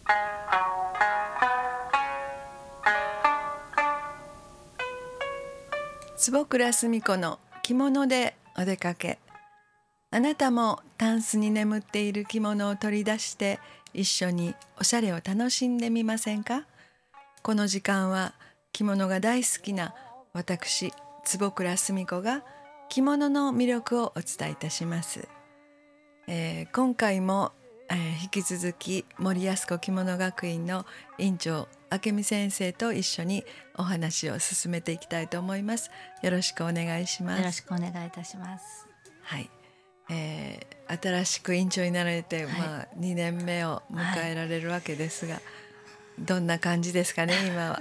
坪倉澄子の着物でお出かけ。あなたもタンスに眠っている着物を取り出して一緒におしゃれを楽しんでみませんか。この時間は着物が大好きな私坪倉澄子が着物の魅力をお伝えいたします。今回も、引き続き森安子着物学院の院長明美先生と一緒にお話を進めていきたいと思います。よろしくお願いします。 よろしくお願いいたします。 はい、新しく院長になられて、2年目を迎えられるわけですが、どんな感じですかね今は。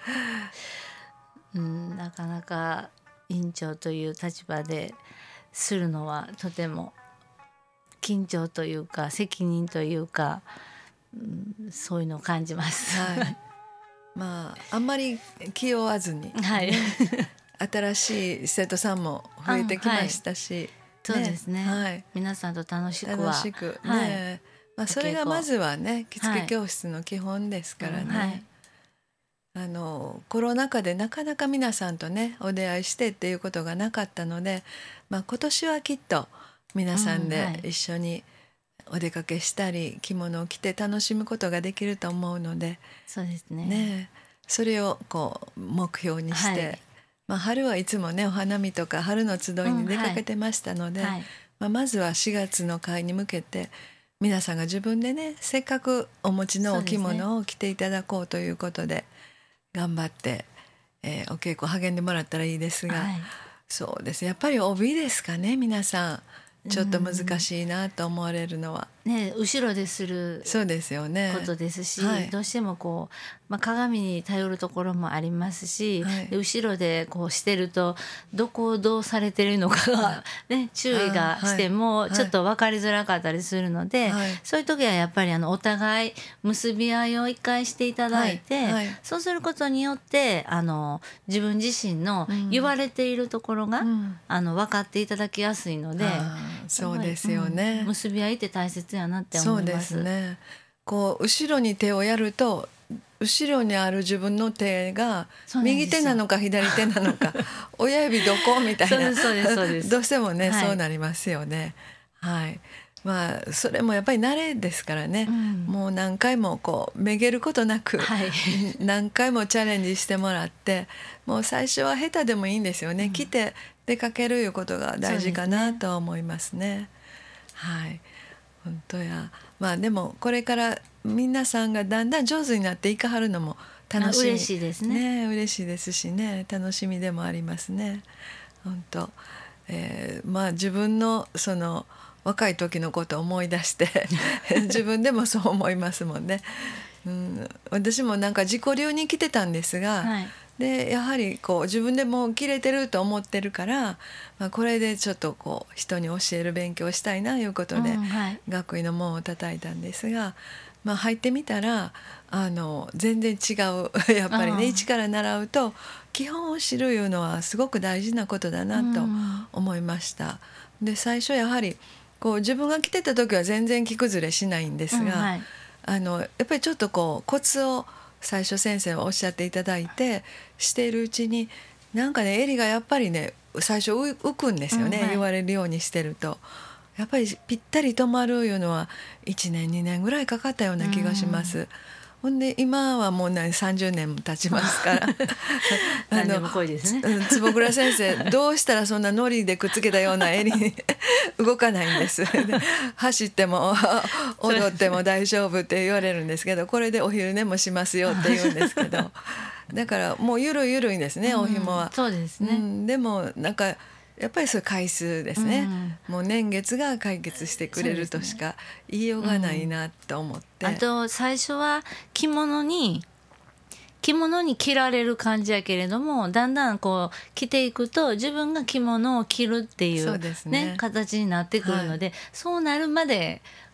なかなか院長という立場でするのはとても緊張というか責任というか、そういうのを感じます。 あんまり気負わずに、新しい生徒さんも増えてきましたし、 そうですね、皆さんと楽しくね、それがまずはね着付け教室の基本ですからね、コロナ禍でなかなか皆さんとねお出会いしてっていうことがなかったので、今年はきっと皆さんで一緒にお出かけしたり、着物を着て楽しむことができると思うので、 そうですね、 それをこう目標にして、春はいつもねお花見とか春の集いに出かけてましたので、まずは4月の会に向けて皆さんが自分でねせっかくお持ちのお着物を着ていただこうということで頑張って、お稽古励んでもらったらいいですが、そうです、やっぱり帯ですかね。皆さんちょっと難しいなと思われるのは、 後ろでするそうですよねことですし、どうしてもこう、鏡に頼るところもありますし、後ろでこうしてるとどこをどうされてるのかが、注意がしてもちょっと分かりづらかったりするので、そういう時はやっぱりお互い結び合いを一回していただいて、そうすることによって自分自身の言われているところが、分かっていただきやすいので、 そうですよね、 結び合いって大切やなって思います。 そうですね、こう後ろに手をやると後ろにある自分の手が右手なのか左手なのか親指どこみたいなどうしてもね、そうなりますよね。それもやっぱり慣れですからね、もう何回もこうめげることなく、何回もチャレンジしてもらって、もう最初は下手でもいいんですよね、来て出かけるいうことが大事かなと思いますね。本当や。でもこれから皆さんがだんだん上手になっていかはるのも楽しみ、 嬉しいですね。 嬉しいですしね、楽しみでもありますね。本当、自分のその若い時のことを思い出して自分でもそう思いますもんね。私もなんか自己流に来てたんですが、でやはりこう自分でもう切れてると思ってるから、これでちょっとこう人に教える勉強をしたいないうことで、学院の門を叩いたんですが、入ってみたら全然違うやっぱりね、一から習うと基本を知るいうのはすごく大事なことだなと思いました。で最初やはりこう自分が着てた時は全然着崩れしないんですが、やっぱりちょっとこうコツを最初先生はおっしゃっていただいてしているうちに、なんかね襟がやっぱりね最初浮くんですよね、言われるようにしてると。やっぱりぴったり止まるいうのは1年2年ぐらいかかったような気がします。ほんで今はもう30年も経ちますから何でも濃いですね。 坪倉先生どうしたらそんなノリでくっつけたような襟に動かないんです走っても踊っても大丈夫って言われるんですけど、これでお昼寝もしますよって言うんですけどだからもうゆるゆるいんですね、お紐は。 そうですね、 でもなんかやっぱりそういう回数ですね、もう年月が解決してくれるとしか言いようがないなと思って、 あと最初は着物に着られる感じやけれども、だんだんこう着ていくと自分が着物を着るっていう、形になってくるので、そうなるまで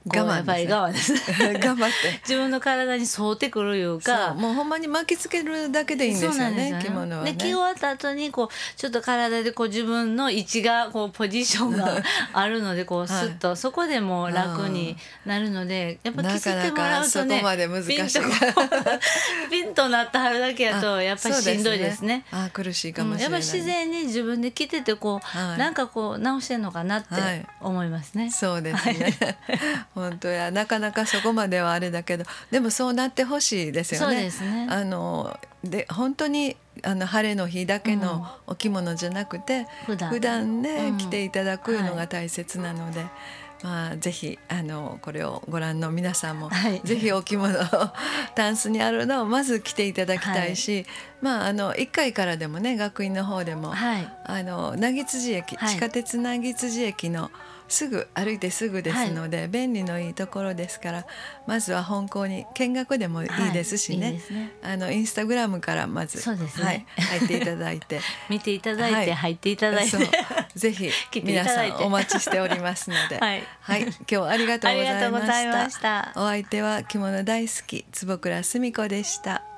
こうやっぱり我慢ですね頑張って自分の体に沿ってくるいうか、 もうほんまに巻きつけるだけでいいんですよね、着物はね。 で着終わった後にこうちょっと体でこう自分の位置がこうポジションがあるのでこうスッとそこでも楽になるので、やっぱ着せてもらうとね、 なかなかそこまで難しいピンとなってはるだけやとやっぱりしんどいですね。 苦しいかもしれない。 やっぱり自然に自分で着ててこう、なんかこう直してんのかなって思いますね。 そうですね本当や、なかなかそこまではあれだけど、でもそうなってほしいですよね。 そうですね。 で本当に晴れの日だけのお着物じゃなくて、普段ね、着ていただくのが大切なので、ぜひこれをご覧の皆さんも、ぜひお着物をタンスにあるのをまず着ていただきたいし、1階からでもね、学院の方でも、奈義辻駅、地下鉄奈義辻駅のすぐ歩いてすぐですので、便利のいいところですから、まずは本校に見学でもいいですしね、 いいですね。 インスタグラムからまず、 そうですね、 入っていただいて見ていただいて、入っていただいて、 ぜひ皆さんお待ちしておりますので今日はありがとうございました。お相手は着物大好き坪倉澄子でした。